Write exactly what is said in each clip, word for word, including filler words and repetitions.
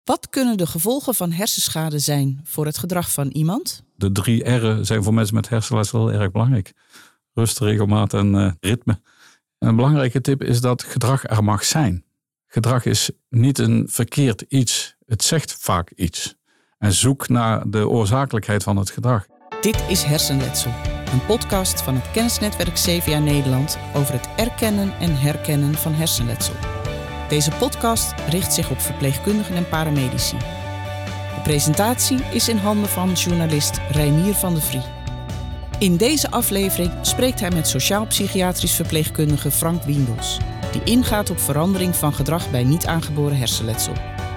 Wat kunnen de gevolgen van hersenschade zijn voor het gedrag van iemand? De drie R'en zijn voor mensen met hersenletsel heel erg belangrijk. Rust, regelmaat en uh, ritme. En een belangrijke tip is dat gedrag er mag zijn. Gedrag is niet een verkeerd iets. Het zegt vaak iets. En zoek naar de oorzakelijkheid van het gedrag. Dit is Hersenletsel. Een podcast van het kennisnetwerk C V A Nederland over het erkennen en herkennen van hersenletsel. Deze podcast richt zich op verpleegkundigen en paramedici. De presentatie is in handen van journalist Reinier van de Vrie. In deze aflevering spreekt hij met sociaal-psychiatrisch verpleegkundige Frank Wiendels, die ingaat op verandering van gedrag bij niet aangeboren hersenletsel.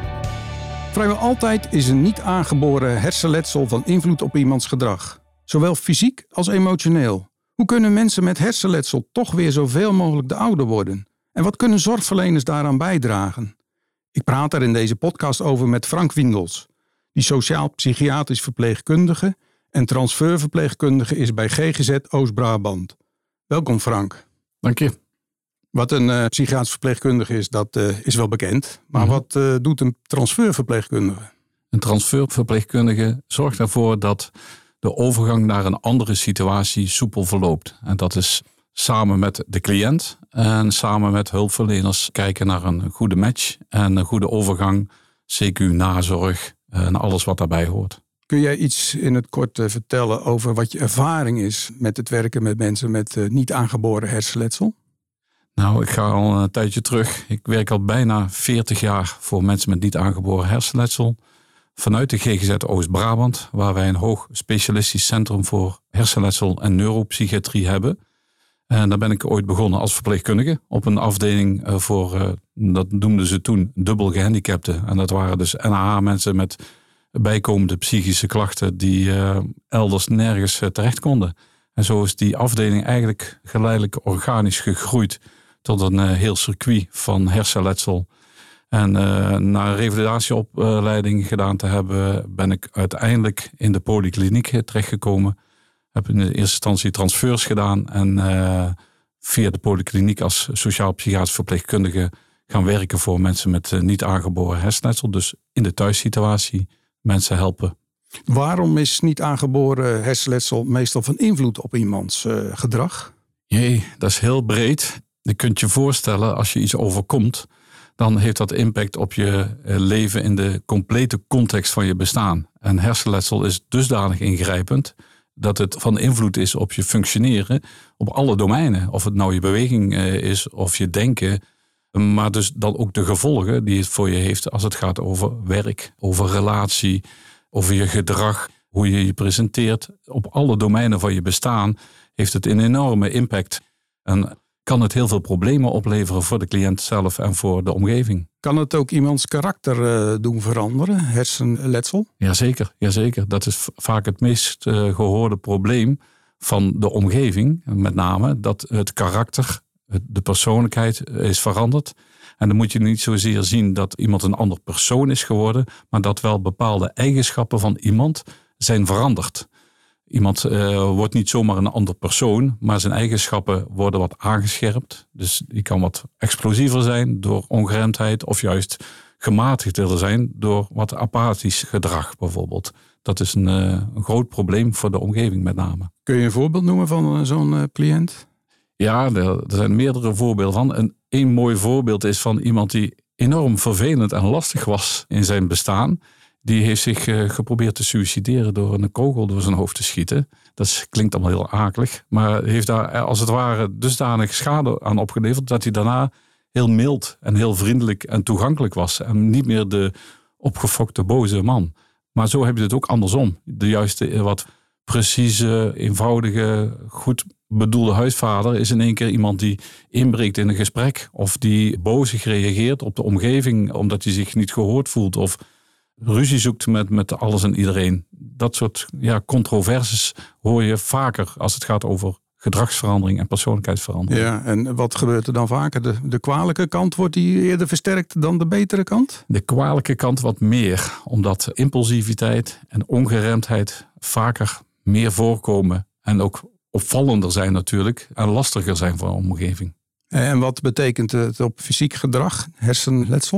Vrijwel altijd is een niet aangeboren hersenletsel van invloed op iemands gedrag, zowel fysiek als emotioneel. Hoe kunnen mensen met hersenletsel toch weer zoveel mogelijk de ouder worden? En wat kunnen zorgverleners daaraan bijdragen? Ik praat er in deze podcast over met Frank Wiendels, die sociaal-psychiatrisch verpleegkundige en transferverpleegkundige is bij G G Z Oost-Brabant. Welkom Frank. Dank je. Wat een uh, psychiatrisch verpleegkundige is, dat uh, is wel bekend. Maar mm-hmm. wat uh, doet een transferverpleegkundige? Een transferverpleegkundige zorgt ervoor dat de overgang naar een andere situatie soepel verloopt. En dat is samen met de cliënt en samen met hulpverleners kijken naar een goede match en een goede overgang, C Q, nazorg en alles wat daarbij hoort. Kun jij iets in het kort uh, vertellen over wat je ervaring is met het werken met mensen met uh, niet aangeboren hersenletsel? Nou, ik ga al een tijdje terug. Ik werk al bijna veertig jaar voor mensen met niet aangeboren hersenletsel. Vanuit de G G Z Oost-Brabant, waar wij een hoog specialistisch centrum voor hersenletsel en neuropsychiatrie hebben. En daar ben ik ooit begonnen als verpleegkundige op een afdeling voor, dat noemden ze toen, dubbel gehandicapten. En dat waren dus N A H-mensen met bijkomende psychische klachten die uh, elders nergens uh, terecht konden. En zo is die afdeling eigenlijk geleidelijk organisch gegroeid tot een uh, heel circuit van hersenletsel. En uh, na een revalidatieopleiding gedaan te hebben, ben ik uiteindelijk in de polykliniek terechtgekomen. Heb in de eerste instantie transfers gedaan en uh, via de polykliniek als sociaal-psychiatrisch verpleegkundige gaan werken voor mensen met uh, niet aangeboren hersenletsel. Dus in de thuissituatie mensen helpen. Waarom is niet aangeboren hersenletsel meestal van invloed op iemands uh, gedrag? Jee, dat is heel breed. Je kunt je voorstellen, als je iets overkomt, dan heeft dat impact op je leven in de complete context van je bestaan. En hersenletsel is dusdanig ingrijpend dat het van invloed is op je functioneren op alle domeinen. Of het nou je beweging is of je denken, maar dus dan ook de gevolgen die het voor je heeft als het gaat over werk, over relatie, over je gedrag, hoe je je presenteert. Op alle domeinen van je bestaan heeft het een enorme impact. En kan het heel veel problemen opleveren voor de cliënt zelf en voor de omgeving. Kan het ook iemands karakter uh, doen veranderen, hersenletsel? Jazeker, jazeker. Dat is vaak het meest uh, gehoorde probleem van de omgeving. Met name dat het karakter, de persoonlijkheid is veranderd. En dan moet je niet zozeer zien dat iemand een ander persoon is geworden, maar dat wel bepaalde eigenschappen van iemand zijn veranderd. Iemand uh, wordt niet zomaar een ander persoon, maar zijn eigenschappen worden wat aangescherpt. Dus die kan wat explosiever zijn door ongeremdheid of juist gematigd willen zijn door wat apathisch gedrag bijvoorbeeld. Dat is een, uh, een groot probleem voor de omgeving met name. Kun je een voorbeeld noemen van uh, zo'n uh, cliënt? Ja, er, er zijn meerdere voorbeelden van. Een, een mooi voorbeeld is van iemand die enorm vervelend en lastig was in zijn bestaan. Die heeft zich uh, geprobeerd te suïcideren door een kogel door zijn hoofd te schieten. Dat is, klinkt allemaal heel akelig. Maar heeft daar als het ware dusdanig schade aan opgeleverd dat hij daarna heel mild en heel vriendelijk en toegankelijk was. En niet meer de opgefokte boze man. Maar zo heb je het ook andersom. De juiste, wat precieze, eenvoudige, goed bedoelde huisvader is in één keer iemand die inbreekt in een gesprek. Of die bozig reageert op de omgeving omdat hij zich niet gehoord voelt. Of ruzie zoekt met, met alles en iedereen. Dat soort ja, controverses hoor je vaker als het gaat over gedragsverandering en persoonlijkheidsverandering. Ja, en wat gebeurt er dan vaker? De, de kwalijke kant, wordt die eerder versterkt dan de betere kant? De kwalijke kant wat meer, omdat impulsiviteit en ongeremdheid vaker meer voorkomen en ook opvallender zijn natuurlijk en lastiger zijn voor de omgeving. En wat betekent het op fysiek gedrag, hersenletsel?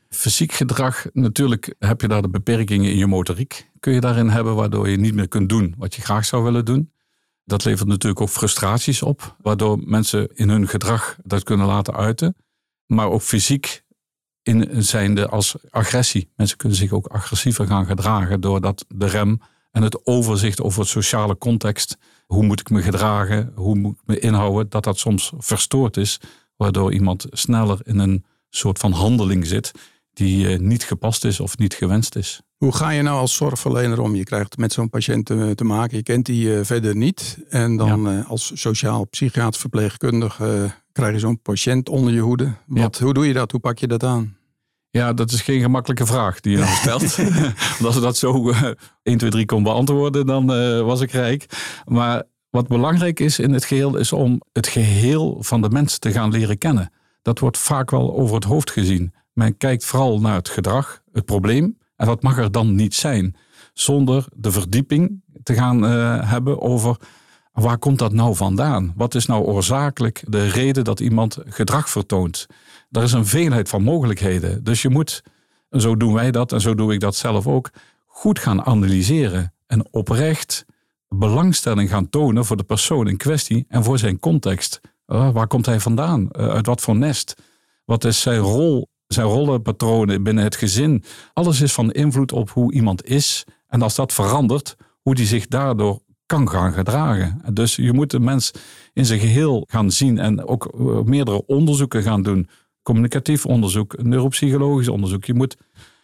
Fysiek gedrag, natuurlijk heb je daar de beperkingen in je motoriek. Kun je daarin hebben waardoor je niet meer kunt doen wat je graag zou willen doen. Dat levert natuurlijk ook frustraties op, waardoor mensen in hun gedrag dat kunnen laten uiten. Maar ook fysiek in zijnde als agressie. Mensen kunnen zich ook agressiever gaan gedragen doordat de rem en het overzicht over het sociale context. Hoe moet ik me gedragen? Hoe moet ik me inhouden? Dat dat soms verstoord is, waardoor iemand sneller in een soort van handeling zit die uh, niet gepast is of niet gewenst is. Hoe ga je nou als zorgverlener om? Je krijgt met zo'n patiënt te, te maken, je kent die uh, verder niet. En dan ja. uh, als sociaal-psychiater verpleegkundige uh, krijg je zo'n patiënt onder je hoede. Wat, ja. Hoe doe je dat? Hoe pak je dat aan? Ja, dat is geen gemakkelijke vraag die je nou stelt. Want als we dat zo uh, één, twee, drie kon beantwoorden, dan uh, was ik rijk. Maar wat belangrijk is in het geheel, is om het geheel van de mens te gaan leren kennen. Dat wordt vaak wel over het hoofd gezien. Men kijkt vooral naar het gedrag, het probleem. En dat mag er dan niet zijn. Zonder de verdieping te gaan uh, hebben over waar komt dat nou vandaan? Wat is nou oorzakelijk de reden dat iemand gedrag vertoont? Er is een veelheid van mogelijkheden. Dus je moet, en zo doen wij dat en zo doe ik dat zelf ook, goed gaan analyseren. En oprecht belangstelling gaan tonen voor de persoon in kwestie en voor zijn context. Uh, waar komt hij vandaan? Uh, uit wat voor nest? Wat is zijn rol? Zijn rollenpatronen binnen het gezin. Alles is van invloed op hoe iemand is. En als dat verandert, hoe die zich daardoor kan gaan gedragen. Dus je moet de mens in zijn geheel gaan zien en ook meerdere onderzoeken gaan doen. Communicatief onderzoek, neuropsychologisch onderzoek. Je moet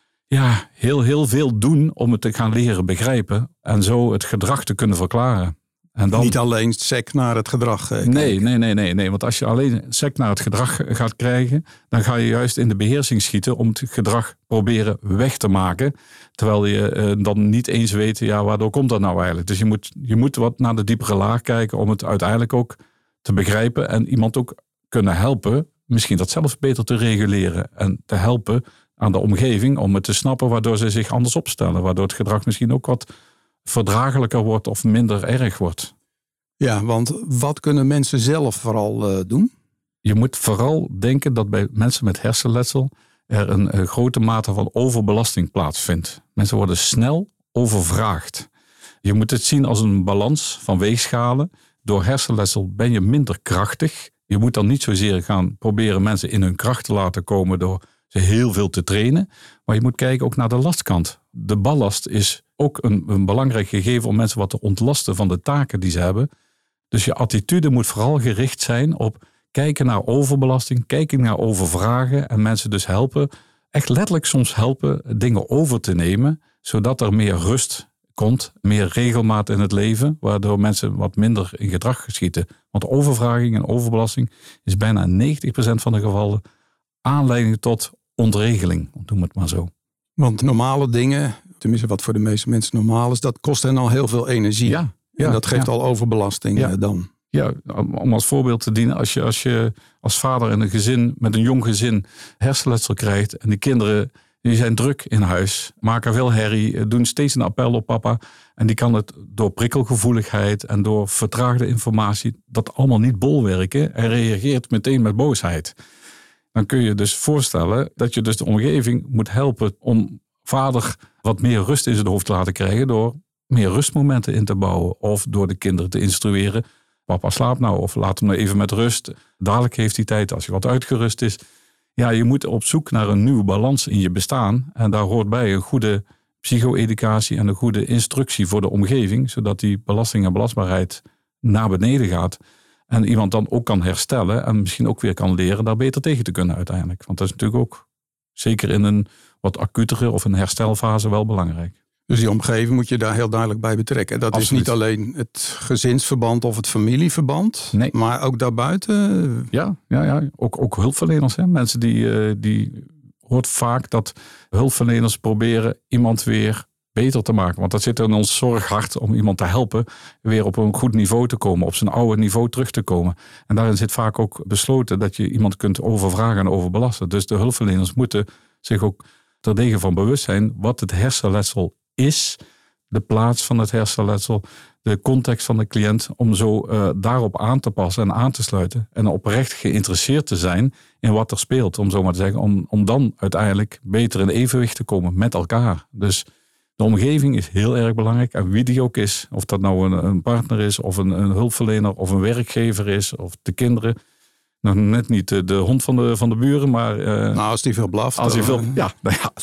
ja, heel, heel veel doen om het te gaan leren begrijpen. En zo het gedrag te kunnen verklaren. En dan, niet alleen sec naar het gedrag eh, nee, nee, nee, nee, nee. Want als je alleen sec naar het gedrag gaat krijgen, dan ga je juist in de beheersing schieten om het gedrag proberen weg te maken. Terwijl je eh, dan niet eens weet, ja, waardoor komt dat nou eigenlijk? Dus je moet, je moet wat naar de diepere laag kijken om het uiteindelijk ook te begrijpen en iemand ook kunnen helpen, misschien dat zelf beter te reguleren en te helpen aan de omgeving om het te snappen, waardoor ze zich anders opstellen. Waardoor het gedrag misschien ook wat verdraaglijker wordt of minder erg wordt. Ja, want wat kunnen mensen zelf vooral uh, doen? Je moet vooral denken dat bij mensen met hersenletsel er een, een grote mate van overbelasting plaatsvindt. Mensen worden snel overvraagd. Je moet het zien als een balans van weegschalen. Door hersenletsel ben je minder krachtig. Je moet dan niet zozeer gaan proberen mensen in hun kracht te laten komen door ze heel veel te trainen. Maar je moet kijken ook naar de lastkant. De ballast is ook een, een belangrijk gegeven om mensen wat te ontlasten van de taken die ze hebben. Dus je attitude moet vooral gericht zijn op kijken naar overbelasting, kijken naar overvragen en mensen dus helpen, echt letterlijk soms helpen dingen over te nemen, zodat er meer rust komt, meer regelmaat in het leven, waardoor mensen wat minder in gedrag schieten. Want overvraging en overbelasting is bijna negentig procent van de gevallen aanleiding tot ontregeling, noem het maar zo. Want normale dingen, tenminste wat voor de meeste mensen normaal is, dat kost hen al heel veel energie. Ja, ja, en dat geeft ja. al overbelasting ja. dan. Ja, om als voorbeeld te dienen, als je, als je als vader in een gezin met een jong gezin hersenletsel krijgt en de kinderen die zijn druk in huis, maken veel herrie, doen steeds een appel op papa en die kan het door prikkelgevoeligheid en door vertraagde informatie dat allemaal niet bolwerken en reageert meteen met boosheid. Dan kun je dus voorstellen dat je dus de omgeving moet helpen om vader wat meer rust in zijn hoofd te laten krijgen door meer rustmomenten in te bouwen of door de kinderen te instrueren. Papa slaapt nou of laat hem nou even met rust. Dadelijk heeft hij tijd als hij wat uitgerust is. Ja, je moet op zoek naar een nieuwe balans in je bestaan. En daar hoort bij een goede psycho-educatie en een goede instructie voor de omgeving. Zodat die belasting en belastbaarheid naar beneden gaat. En iemand dan ook kan herstellen en misschien ook weer kan leren daar beter tegen te kunnen uiteindelijk. Want dat is natuurlijk ook zeker in een wat acutere of een herstelfase wel belangrijk. Dus die omgeving moet je daar heel duidelijk bij betrekken. Dat Absoluut. Is niet alleen het gezinsverband of het familieverband, nee. Maar ook daarbuiten. Ja, ja, ja. Ook, ook hulpverleners. Hè. Mensen die, die hoort vaak dat hulpverleners proberen iemand weer beter te maken. Want dat zit in ons zorghart om iemand te helpen weer op een goed niveau te komen, op zijn oude niveau terug te komen. En daarin zit vaak ook besloten dat je iemand kunt overvragen en overbelasten. Dus de hulpverleners moeten zich ook terdege van bewust zijn wat het hersenletsel is, de plaats van het hersenletsel, de context van de cliënt, om zo uh, daarop aan te passen en aan te sluiten. En oprecht geïnteresseerd te zijn in wat er speelt, om zo maar te zeggen. Om, om dan uiteindelijk beter in evenwicht te komen met elkaar. Dus de omgeving is heel erg belangrijk. En wie die ook is, of dat nou een, een partner is, of een, een hulpverlener, of een werkgever is, of de kinderen. Nou, net niet de, de hond van de, van de buren, maar... Uh, nou, als die veel blaft. Als hij veel, ja, nou ja,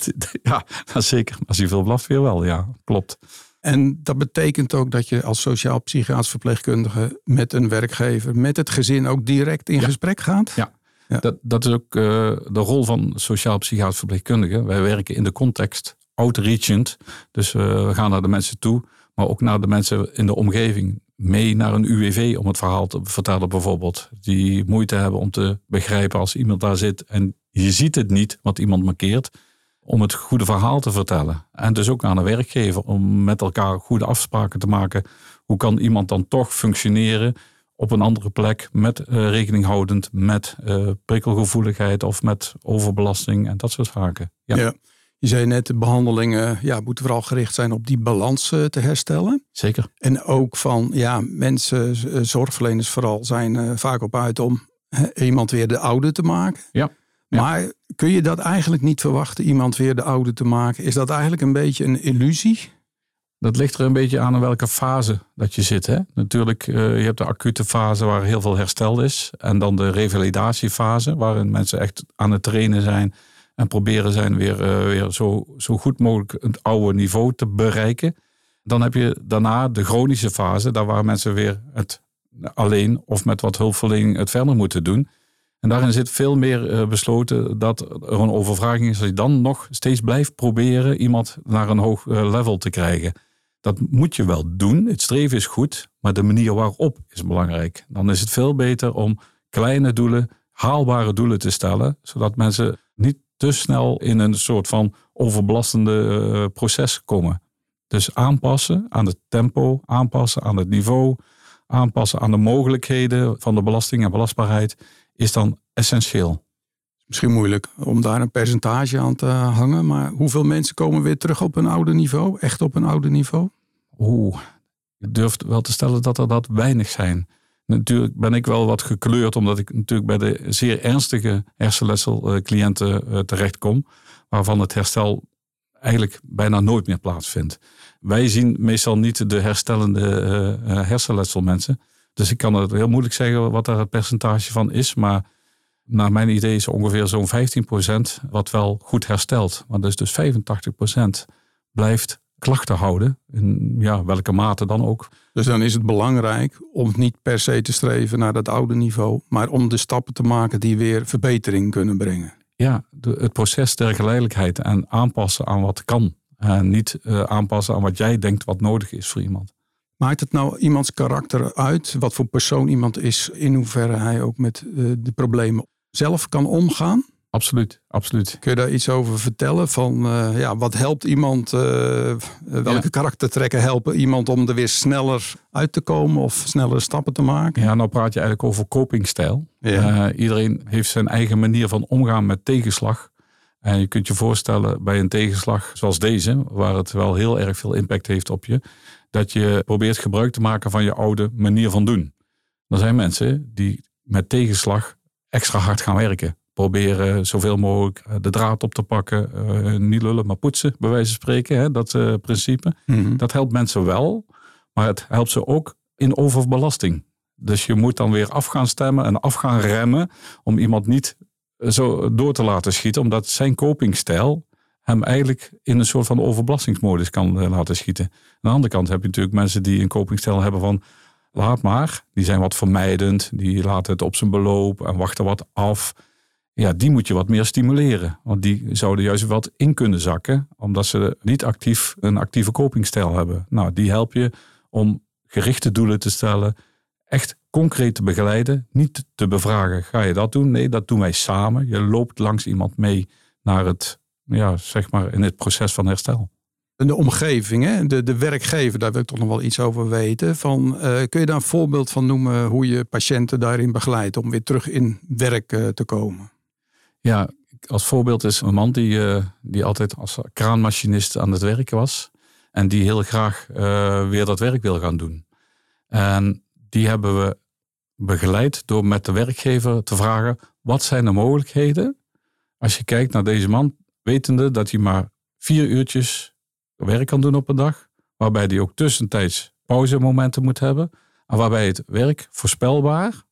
ja, zeker. Als hij veel blaft, weer wel, ja, klopt. En dat betekent ook dat je als sociaal-psychiatrisch verpleegkundige met een werkgever, met het gezin ook direct in ja. gesprek gaat? Ja, ja. Dat, dat is ook uh, de rol van sociaal-psychiatrisch verpleegkundigen. Wij werken in de context outreachend. Dus uh, we gaan naar de mensen toe, maar ook naar de mensen in de omgeving. Mee naar een U W V om het verhaal te vertellen bijvoorbeeld. Die moeite hebben om te begrijpen als iemand daar zit en je ziet het niet wat iemand markeert. Om het goede verhaal te vertellen. En dus ook aan een werkgever om met elkaar goede afspraken te maken. Hoe kan iemand dan toch functioneren op een andere plek met uh, rekening houdend met uh, prikkelgevoeligheid of met overbelasting en dat soort zaken. Ja. Ja. Je zei net, de behandelingen ja, moeten vooral gericht zijn op die balans uh, te herstellen. Zeker. En ook van, ja, mensen, uh, zorgverleners vooral, zijn uh, vaak op uit om uh, iemand weer de oude te maken. Ja. Ja. Maar kun je dat eigenlijk niet verwachten, iemand weer de oude te maken? Is dat eigenlijk een beetje een illusie? Dat ligt er een beetje aan in welke fase dat je zit. Hè? Natuurlijk, uh, je hebt de acute fase waar heel veel herstel is. En dan de revalidatiefase, waarin mensen echt aan het trainen zijn en proberen zijn weer, uh, weer zo, zo goed mogelijk het oude niveau te bereiken. Dan heb je daarna de chronische fase, daar waar mensen weer het alleen of met wat hulpverlening het verder moeten doen. En daarin zit veel meer uh, besloten dat er een overvraging is. Als je dan nog steeds blijft proberen iemand naar een hoog uh, level te krijgen. Dat moet je wel doen. Het streven is goed, maar de manier waarop is belangrijk. Dan is het veel beter om kleine doelen, haalbare doelen te stellen. Zodat mensen niet te snel in een soort van overbelastende uh, proces komen. Dus aanpassen aan het tempo, aanpassen aan het niveau, aanpassen aan de mogelijkheden van de belasting en belastbaarheid is dan essentieel. Misschien moeilijk om daar een percentage aan te hangen, maar hoeveel mensen komen weer terug op een oude niveau? Echt op een oude niveau? Oeh, ik durf wel te stellen dat er dat weinig zijn. Natuurlijk ben ik wel wat gekleurd, omdat ik natuurlijk bij de zeer ernstige hersenletselcliënten terechtkom, waarvan het herstel eigenlijk bijna nooit meer plaatsvindt. Wij zien meestal niet de herstellende hersenletselmensen. Dus ik kan het heel moeilijk zeggen wat daar het percentage van is. Maar naar mijn idee is ongeveer zo'n vijftien procent wat wel goed herstelt. Maar dus, dus vijfentachtig procent blijft klachten houden. In ja, welke mate dan ook. Dus dan is het belangrijk om niet per se te streven naar dat oude niveau. Maar om de stappen te maken die weer verbetering kunnen brengen. Ja, de, het proces der geleidelijkheid en aanpassen aan wat kan. En niet uh, aanpassen aan wat jij denkt wat nodig is voor iemand. Maakt het nou iemands karakter uit? Wat voor persoon iemand is? In hoeverre hij ook met uh, de problemen zelf kan omgaan? Absoluut, absoluut. Kun je daar iets over vertellen? Van uh, ja, wat helpt iemand? Uh, welke ja. karaktertrekken helpen iemand om er weer sneller uit te komen of snellere stappen te maken? Ja, nou praat je eigenlijk over copingstijl. Ja. Uh, iedereen heeft zijn eigen manier van omgaan met tegenslag. En je kunt je voorstellen bij een tegenslag zoals deze, waar het wel heel erg veel impact heeft op je, dat je probeert gebruik te maken van je oude manier van doen. Er zijn mensen die met tegenslag extra hard gaan werken. Proberen zoveel mogelijk de draad op te pakken. Uh, niet lullen, maar poetsen, bij wijze van spreken. Hè, dat uh, principe. Mm-hmm. Dat helpt mensen wel. Maar het helpt ze ook in overbelasting. Dus je moet dan weer af gaan stemmen en af gaan remmen. Om iemand niet zo door te laten schieten. Omdat zijn copingstijl hem eigenlijk in een soort van overbelastingsmodus kan laten schieten. Aan de andere kant heb je natuurlijk mensen die een copingstijl hebben van laat maar. Die zijn wat vermijdend. Die laten het op zijn beloop en wachten wat af. Ja, die moet je wat meer stimuleren. Want die zouden juist wat in kunnen zakken. Omdat ze niet actief een actieve copingstijl hebben. Nou, die help je om gerichte doelen te stellen. Echt concreet te begeleiden. Niet te bevragen. Ga je dat doen? Nee, dat doen wij samen. Je loopt langs iemand mee naar het, ja, zeg maar, in het proces van herstel. De omgeving, hè? De, de werkgever, daar wil ik toch nog wel iets over weten. Van, uh, kun je daar een voorbeeld van noemen hoe je patiënten daarin begeleidt om weer terug in werk uh, te komen? Ja, als voorbeeld is een man die, uh, die altijd als kraanmachinist aan het werken was. En die heel graag uh, weer dat werk wil gaan doen. En die hebben we begeleid door met de werkgever te vragen, wat zijn de mogelijkheden als je kijkt naar deze man, wetende dat hij maar vier uurtjes werk kan doen op een dag, waarbij hij ook tussentijds pauzemomenten moet hebben en waarbij het werk voorspelbaar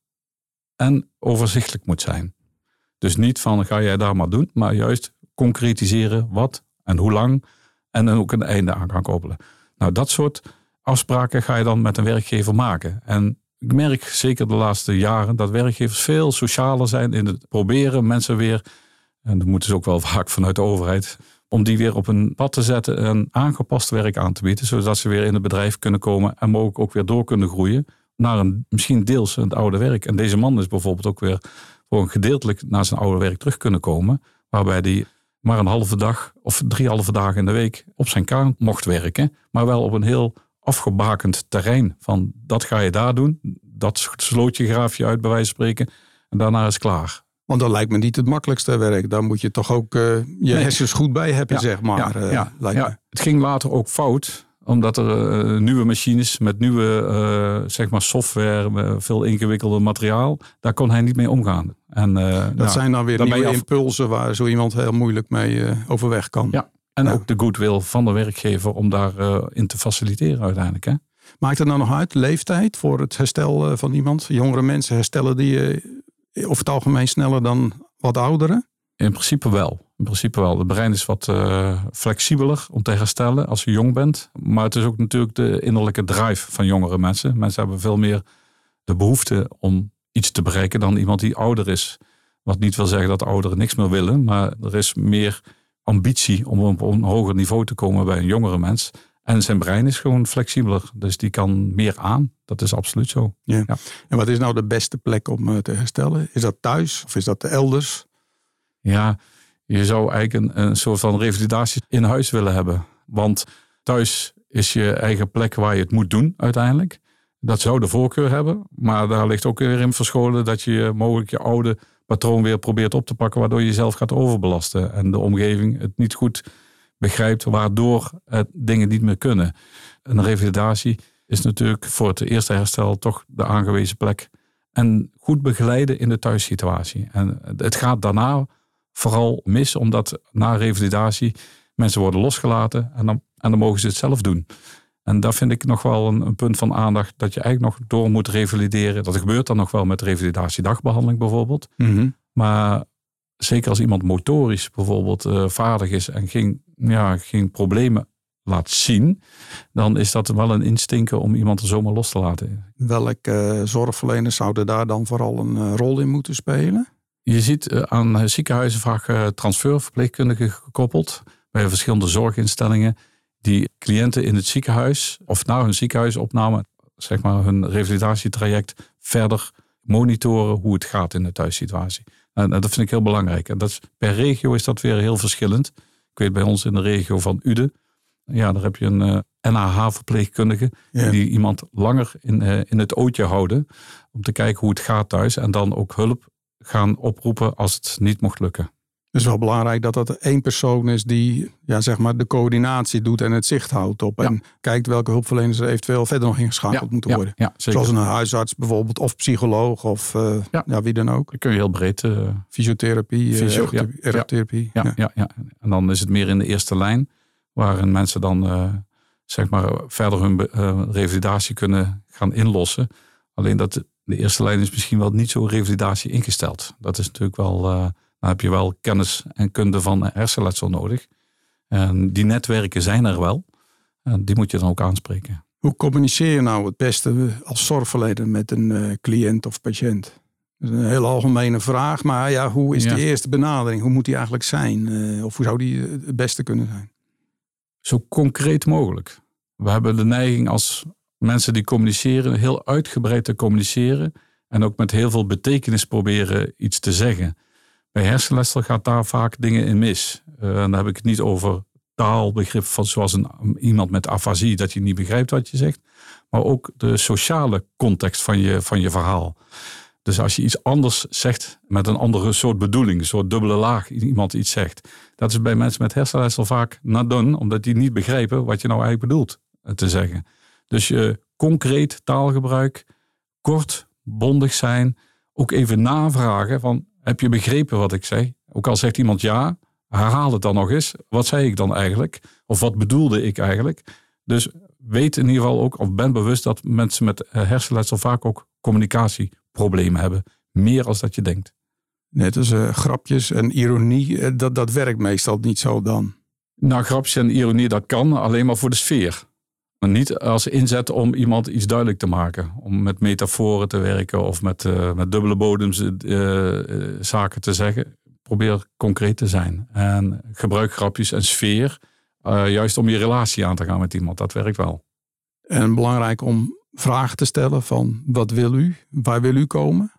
en overzichtelijk moet zijn. Dus niet van ga jij daar maar doen, maar juist concretiseren wat en hoe lang en dan ook een einde aan kan koppelen. Nou, dat soort afspraken ga je dan met een werkgever maken. En ik merk zeker de laatste jaren dat werkgevers veel socialer zijn in het proberen mensen weer, en dat moeten ze ook wel vaak vanuit de overheid, om die weer op een pad te zetten en aangepast werk aan te bieden, zodat ze weer in het bedrijf kunnen komen en mogelijk ook weer door kunnen groeien naar een misschien deels het oude werk. En deze man is bijvoorbeeld ook weer voor een gedeeltelijk naar zijn oude werk terug kunnen komen, waarbij die maar een halve dag of drie halve dagen in de week op zijn kaart mocht werken, maar wel op een heel afgebakend terrein. Van dat ga je daar doen, dat slootje graaf je uit bij wijze van spreken en daarna is het klaar. Want dat lijkt me niet het makkelijkste werk. Daar moet je toch ook uh, je nee. hersens goed bij hebben, ja, zeg maar. Ja, uh, ja, lijkt ja. me. Het ging later ook fout, omdat er uh, nieuwe machines met nieuwe uh, zeg maar software, uh, veel ingewikkelder materiaal, daar kon hij niet mee omgaan. En, uh, dat nou, zijn dan weer dan nieuwe af... impulsen waar zo iemand heel moeilijk mee uh, overweg kan. Ja, en ja. ook de goodwill van de werkgever om daarin uh, te faciliteren uiteindelijk. Hè? Maakt het dan nog uit, leeftijd voor het herstel uh, van iemand? Jongere mensen herstellen die uh, over het algemeen sneller dan wat ouderen? In principe wel. In principe wel. Het brein is wat uh, flexibeler om te herstellen als je jong bent. Maar het is ook natuurlijk de innerlijke drive van jongere mensen. Mensen hebben veel meer de behoefte om iets te bereiken dan iemand die ouder is. Wat niet wil zeggen dat ouderen niks meer willen. Maar er is meer ambitie om op een hoger niveau te komen bij een jongere mens. En zijn brein is gewoon flexibeler. Dus die kan meer aan. Dat is absoluut zo. Ja. Ja. En wat is nou de beste plek om uh, te herstellen? Is dat thuis of is dat elders? Ja, je zou eigenlijk een, een soort van revalidatie in huis willen hebben. Want thuis is je eigen plek waar je het moet doen uiteindelijk. Dat zou de voorkeur hebben. Maar daar ligt ook weer in verscholen dat je mogelijk je oude patroon weer probeert op te pakken, waardoor je jezelf gaat overbelasten. En de omgeving het niet goed begrijpt, waardoor het dingen niet meer kunnen. Een revalidatie is natuurlijk voor het eerste herstel toch de aangewezen plek. En goed begeleiden in de thuissituatie. En het gaat daarna vooral mis, omdat na revalidatie mensen worden losgelaten en dan, en dan mogen ze het zelf doen. En daar vind ik nog wel een, een punt van aandacht, dat je eigenlijk nog door moet revalideren. Dat gebeurt dan nog wel met revalidatiedagbehandeling bijvoorbeeld. Mm-hmm. Maar zeker als iemand motorisch bijvoorbeeld uh, vaardig is en geen, ja, geen problemen laat zien, dan is dat wel een instinker om iemand er zomaar los te laten. Welke uh, zorgverleners zouden daar dan vooral een uh, rol in moeten spelen? Je ziet uh, aan ziekenhuizen vaak uh, transferverpleegkundigen gekoppeld bij verschillende zorginstellingen die cliënten in het ziekenhuis of na hun ziekenhuisopname, zeg maar hun revalidatietraject verder monitoren hoe het gaat in de thuissituatie. En dat vind ik heel belangrijk. En dat is, per regio is dat weer heel verschillend. Ik weet bij ons in de regio van Uden, ja, daar heb je een uh, N H H-verpleegkundige ja. die iemand langer in, uh, in het ootje houden om te kijken hoe het gaat thuis en dan ook hulp gaan oproepen als het niet mocht lukken. Het is wel belangrijk dat dat één persoon is die ja, zeg maar de coördinatie doet en het zicht houdt op. Ja. En kijkt welke hulpverleners er eventueel verder nog ingeschakeld ja, moeten worden. Ja, ja, zoals een huisarts bijvoorbeeld of psycholoog of uh, ja. Ja, wie dan ook. Dat kun je heel breed. Uh, Fysiotherapie, fysio, uh, ergotherapie. Ja, ja. Ja, ja, ja. En dan is het meer in de eerste lijn waarin mensen dan uh, zeg maar verder hun uh, revalidatie kunnen gaan inlossen. Alleen dat de eerste lijn is misschien wel niet zo revalidatie ingesteld. Dat is natuurlijk wel... Uh, Dan heb je wel kennis en kunde van hersenletsel nodig. En die netwerken zijn er wel. En die moet je dan ook aanspreken. Hoe communiceer je nou het beste als zorgverlener met een uh, cliënt of patiënt? Dat is een hele algemene vraag. Maar ja, hoe is ja. de eerste benadering? Hoe moet die eigenlijk zijn? Uh, of hoe zou die het beste kunnen zijn? Zo concreet mogelijk. We hebben de neiging als mensen die communiceren heel uitgebreid te communiceren. En ook met heel veel betekenis proberen iets te zeggen. Bij hersenletsel gaat daar vaak dingen in mis. Uh, en dan heb ik het niet over taalbegrip van zoals een, iemand met afasie, dat je niet begrijpt wat je zegt. Maar ook de sociale context van je, van je verhaal. Dus als je iets anders zegt met een andere soort bedoeling, een soort dubbele laag, iemand iets zegt. Dat is bij mensen met hersenletsel vaak not done, omdat die niet begrijpen wat je nou eigenlijk bedoelt te zeggen. Dus je concreet taalgebruik, kort, bondig zijn. Ook even navragen van, heb je begrepen wat ik zei? Ook al zegt iemand ja, herhaal het dan nog eens. Wat zei ik dan eigenlijk? Of wat bedoelde ik eigenlijk? Dus weet in ieder geval ook, of ben bewust dat mensen met hersenletsel vaak ook communicatieproblemen hebben. Meer als dat je denkt. Net als uh, grapjes en ironie, dat, dat werkt meestal niet zo dan. Nou, grapjes en ironie, dat kan alleen maar voor de sfeer. Maar niet als inzet om iemand iets duidelijk te maken. Om met metaforen te werken of met, uh, met dubbele bodems uh, uh, zaken te zeggen. Probeer concreet te zijn. En gebruik grapjes en sfeer. Uh, juist om je relatie aan te gaan met iemand. Dat werkt wel. En belangrijk om vragen te stellen van wat wil u? Waar wil u komen?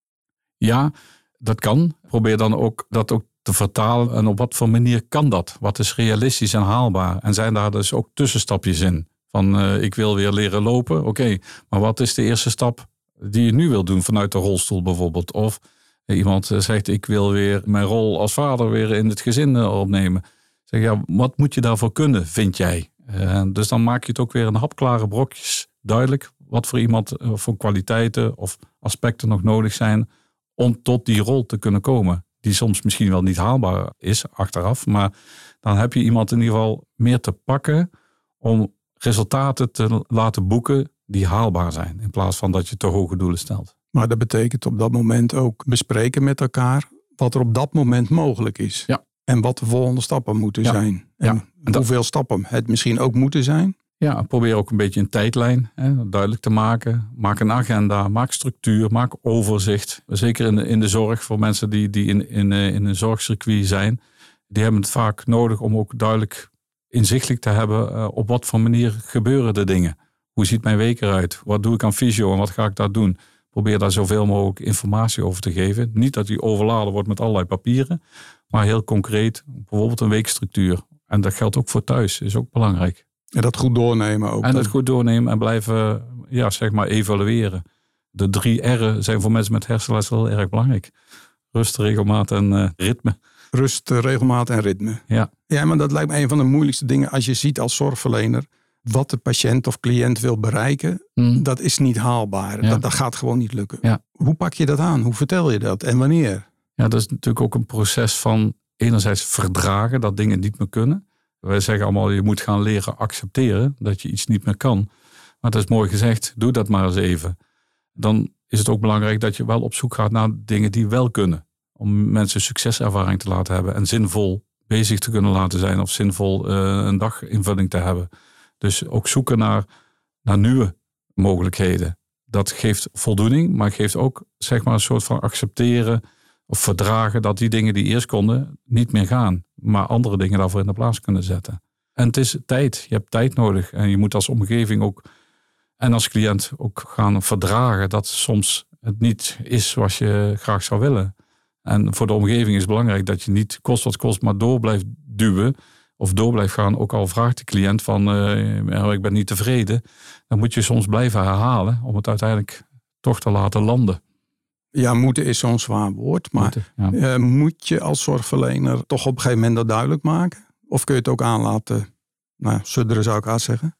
Ja, dat kan. Probeer dan ook dat ook te vertalen. En op wat voor manier kan dat? Wat is realistisch en haalbaar? En zijn daar dus ook tussenstapjes in? Van uh, ik wil weer leren lopen. Oké, okay, maar wat is de eerste stap die je nu wil doen vanuit de rolstoel bijvoorbeeld? Of uh, iemand zegt ik wil weer mijn rol als vader weer in het gezin uh, opnemen. Zeg ja, wat moet je daarvoor kunnen, vind jij? Uh, dus dan maak je het ook weer in hapklare brokjes duidelijk. Wat voor iemand uh, voor kwaliteiten of aspecten nog nodig zijn om tot die rol te kunnen komen. Die soms misschien wel niet haalbaar is achteraf. Maar dan heb je iemand in ieder geval meer te pakken om resultaten te laten boeken die haalbaar zijn. In plaats van dat je te hoge doelen stelt. Maar dat betekent op dat moment ook bespreken met elkaar wat er op dat moment mogelijk is. Ja. En wat de volgende stappen moeten ja. zijn. En, ja. en hoeveel dat... stappen het misschien ook moeten zijn. Ja, probeer ook een beetje een tijdlijn hè, duidelijk te maken. Maak een agenda, maak structuur, maak overzicht. Zeker in de, in de zorg voor mensen die, die in, in, in een zorgcircuit zijn. Die hebben het vaak nodig om ook duidelijk inzichtelijk te hebben uh, op wat voor manier gebeuren de dingen. Hoe ziet mijn week eruit? Wat doe ik aan fysio en wat ga ik daar doen? Probeer daar zoveel mogelijk informatie over te geven. Niet dat u overladen wordt met allerlei papieren. Maar heel concreet, bijvoorbeeld een weekstructuur. En dat geldt ook voor thuis, is ook belangrijk. En dat goed doornemen ook. En dat goed doornemen en blijven ja, zeg maar evalueren. De drie R'en zijn voor mensen met hersenletsel heel erg belangrijk. Rust, regelmaat en uh, ritme. Rust, regelmaat en ritme. Ja. Ja, maar dat lijkt me een van de moeilijkste dingen als je ziet als zorgverlener wat de patiënt of cliënt wil bereiken. Mm. Dat is niet haalbaar. Ja. Dat, dat gaat gewoon niet lukken. Ja. Hoe pak je dat aan? Hoe vertel je dat? En wanneer? Ja, dat is natuurlijk ook een proces van enerzijds verdragen dat dingen niet meer kunnen. Wij zeggen allemaal, je moet gaan leren accepteren dat je iets niet meer kan. Maar dat is mooi gezegd, doe dat maar eens even. Dan is het ook belangrijk dat je wel op zoek gaat naar dingen die wel kunnen. Om mensen succeservaring te laten hebben en zinvol bezig te kunnen laten zijn. Of zinvol uh, een daginvulling te hebben. Dus ook zoeken naar, naar nieuwe mogelijkheden. Dat geeft voldoening, maar geeft ook zeg maar, een soort van accepteren of verdragen dat die dingen die eerst konden niet meer gaan. Maar andere dingen daarvoor in de plaats kunnen zetten. En het is tijd. Je hebt tijd nodig. En je moet als omgeving ook en als cliënt ook gaan verdragen dat soms het niet is zoals je graag zou willen. En voor de omgeving is het belangrijk dat je niet kost wat kost, maar door blijft duwen. Of door blijft gaan. Ook al vraagt de cliënt van uh, ik ben niet tevreden. Dan moet je soms blijven herhalen om het uiteindelijk toch te laten landen. Ja, moeten is zo'n zwaar woord. Maar moeten, ja. uh, moet je als zorgverlener toch op een gegeven moment dat duidelijk maken? Of kun je het ook aan laten nou, sudderen, zou ik haast zeggen?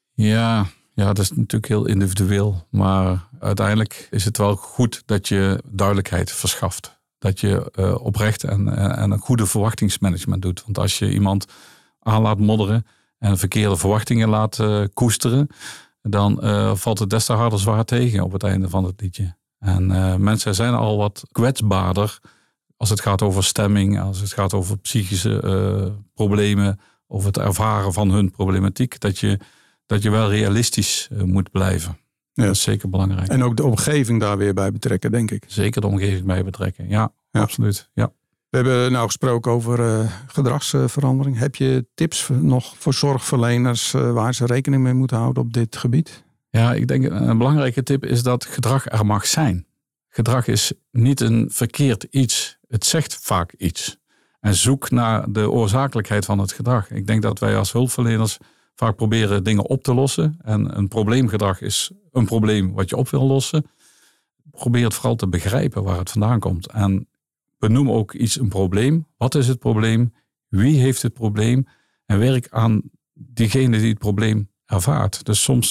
Ja, ja, dat is natuurlijk heel individueel. Maar uiteindelijk is het wel goed dat je duidelijkheid verschaft. Dat je uh, oprecht en, en een goede verwachtingsmanagement doet. Want als je iemand aan laat modderen en verkeerde verwachtingen laat uh, koesteren, dan uh, valt het des te harder zwaar tegen op het einde van het liedje. En uh, mensen zijn al wat kwetsbaarder als het gaat over stemming, als het gaat over psychische uh, problemen, of het ervaren van hun problematiek, dat je, dat je wel realistisch uh, moet blijven. Ja. Dat is zeker belangrijk. En ook de omgeving daar weer bij betrekken, denk ik. Zeker de omgeving bij betrekken, ja, ja. absoluut. Ja. We hebben nou gesproken over uh, gedragsverandering. Heb je tips nog voor zorgverleners uh, waar ze rekening mee moeten houden op dit gebied? Ja, ik denk een belangrijke tip is dat gedrag er mag zijn. Gedrag is niet een verkeerd iets. Het zegt vaak iets. En zoek naar de oorzakelijkheid van het gedrag. Ik denk dat wij als hulpverleners vaak proberen dingen op te lossen. En een probleemgedrag is een probleem wat je op wil lossen. Probeer het vooral te begrijpen waar het vandaan komt. En benoem ook iets een probleem. Wat is het probleem? Wie heeft het probleem? En werk aan diegene die het probleem ervaart. Dus soms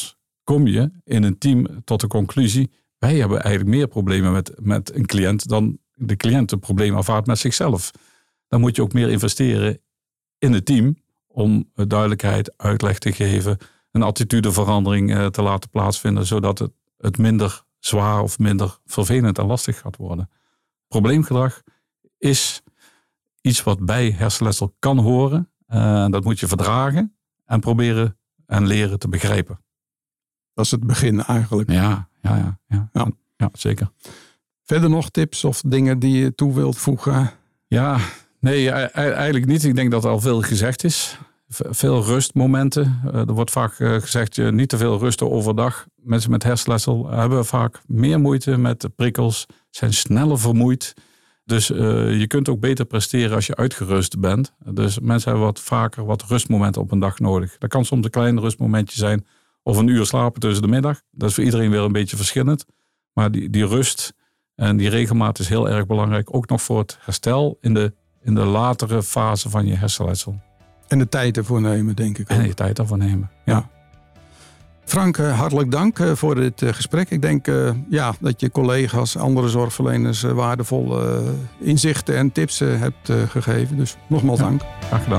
kom je in een team tot de conclusie, wij hebben eigenlijk meer problemen met, met een cliënt dan de cliënt een probleem ervaart met zichzelf. Dan moet je ook meer investeren in het team om duidelijkheid, uitleg te geven, een attitudeverandering te laten plaatsvinden, zodat het, het minder zwaar of minder vervelend en lastig gaat worden. Probleemgedrag is iets wat bij hersenletsel kan horen. Uh, dat moet je verdragen en proberen en leren te begrijpen. Dat is het begin eigenlijk. Ja, ja, ja, ja. ja. ja zeker. Verder nog tips of dingen die je toe wilt voegen? Ja, nee, eigenlijk niet. Ik denk dat er al veel gezegd is. Veel rustmomenten. Er wordt vaak gezegd, je niet te veel rusten overdag. Mensen met hersenletsel hebben vaak meer moeite met de prikkels, zijn sneller vermoeid. Dus uh, je kunt ook beter presteren als je uitgerust bent. Dus mensen hebben wat vaker wat rustmomenten op een dag nodig. Dat kan soms een klein rustmomentje zijn of een uur slapen tussen de middag. Dat is voor iedereen weer een beetje verschillend. Maar die, die rust en die regelmaat is heel erg belangrijk. Ook nog voor het herstel in de, in de latere fase van je hersenletsel. En de tijd ervoor nemen, denk ik. En de tijd ervoor nemen, ja. ja. Frank, hartelijk dank voor dit gesprek. Ik denk uh, ja, dat je collega's, andere zorgverleners uh, waardevolle uh, inzichten en tips uh, hebt uh, gegeven. Dus nogmaals ja, dank. Graag gedaan.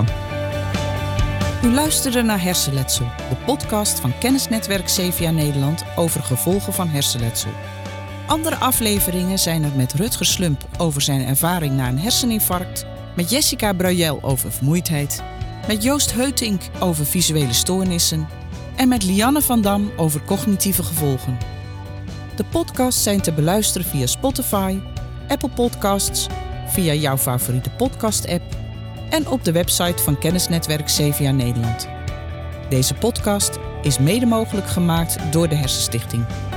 U luisterde naar Hersenletsel, de podcast van Kennisnetwerk C V A Nederland over gevolgen van hersenletsel. Andere afleveringen zijn er met Rutger Slump over zijn ervaring na een herseninfarct, met Jessica Bruyel over vermoeidheid, met Joost Heutink over visuele stoornissen en met Lianne van Dam over cognitieve gevolgen. De podcasts zijn te beluisteren via Spotify, Apple Podcasts, via jouw favoriete podcast-app en op de website van Kennisnetwerk C V A Nederland. Deze podcast is mede mogelijk gemaakt door de Hersenstichting.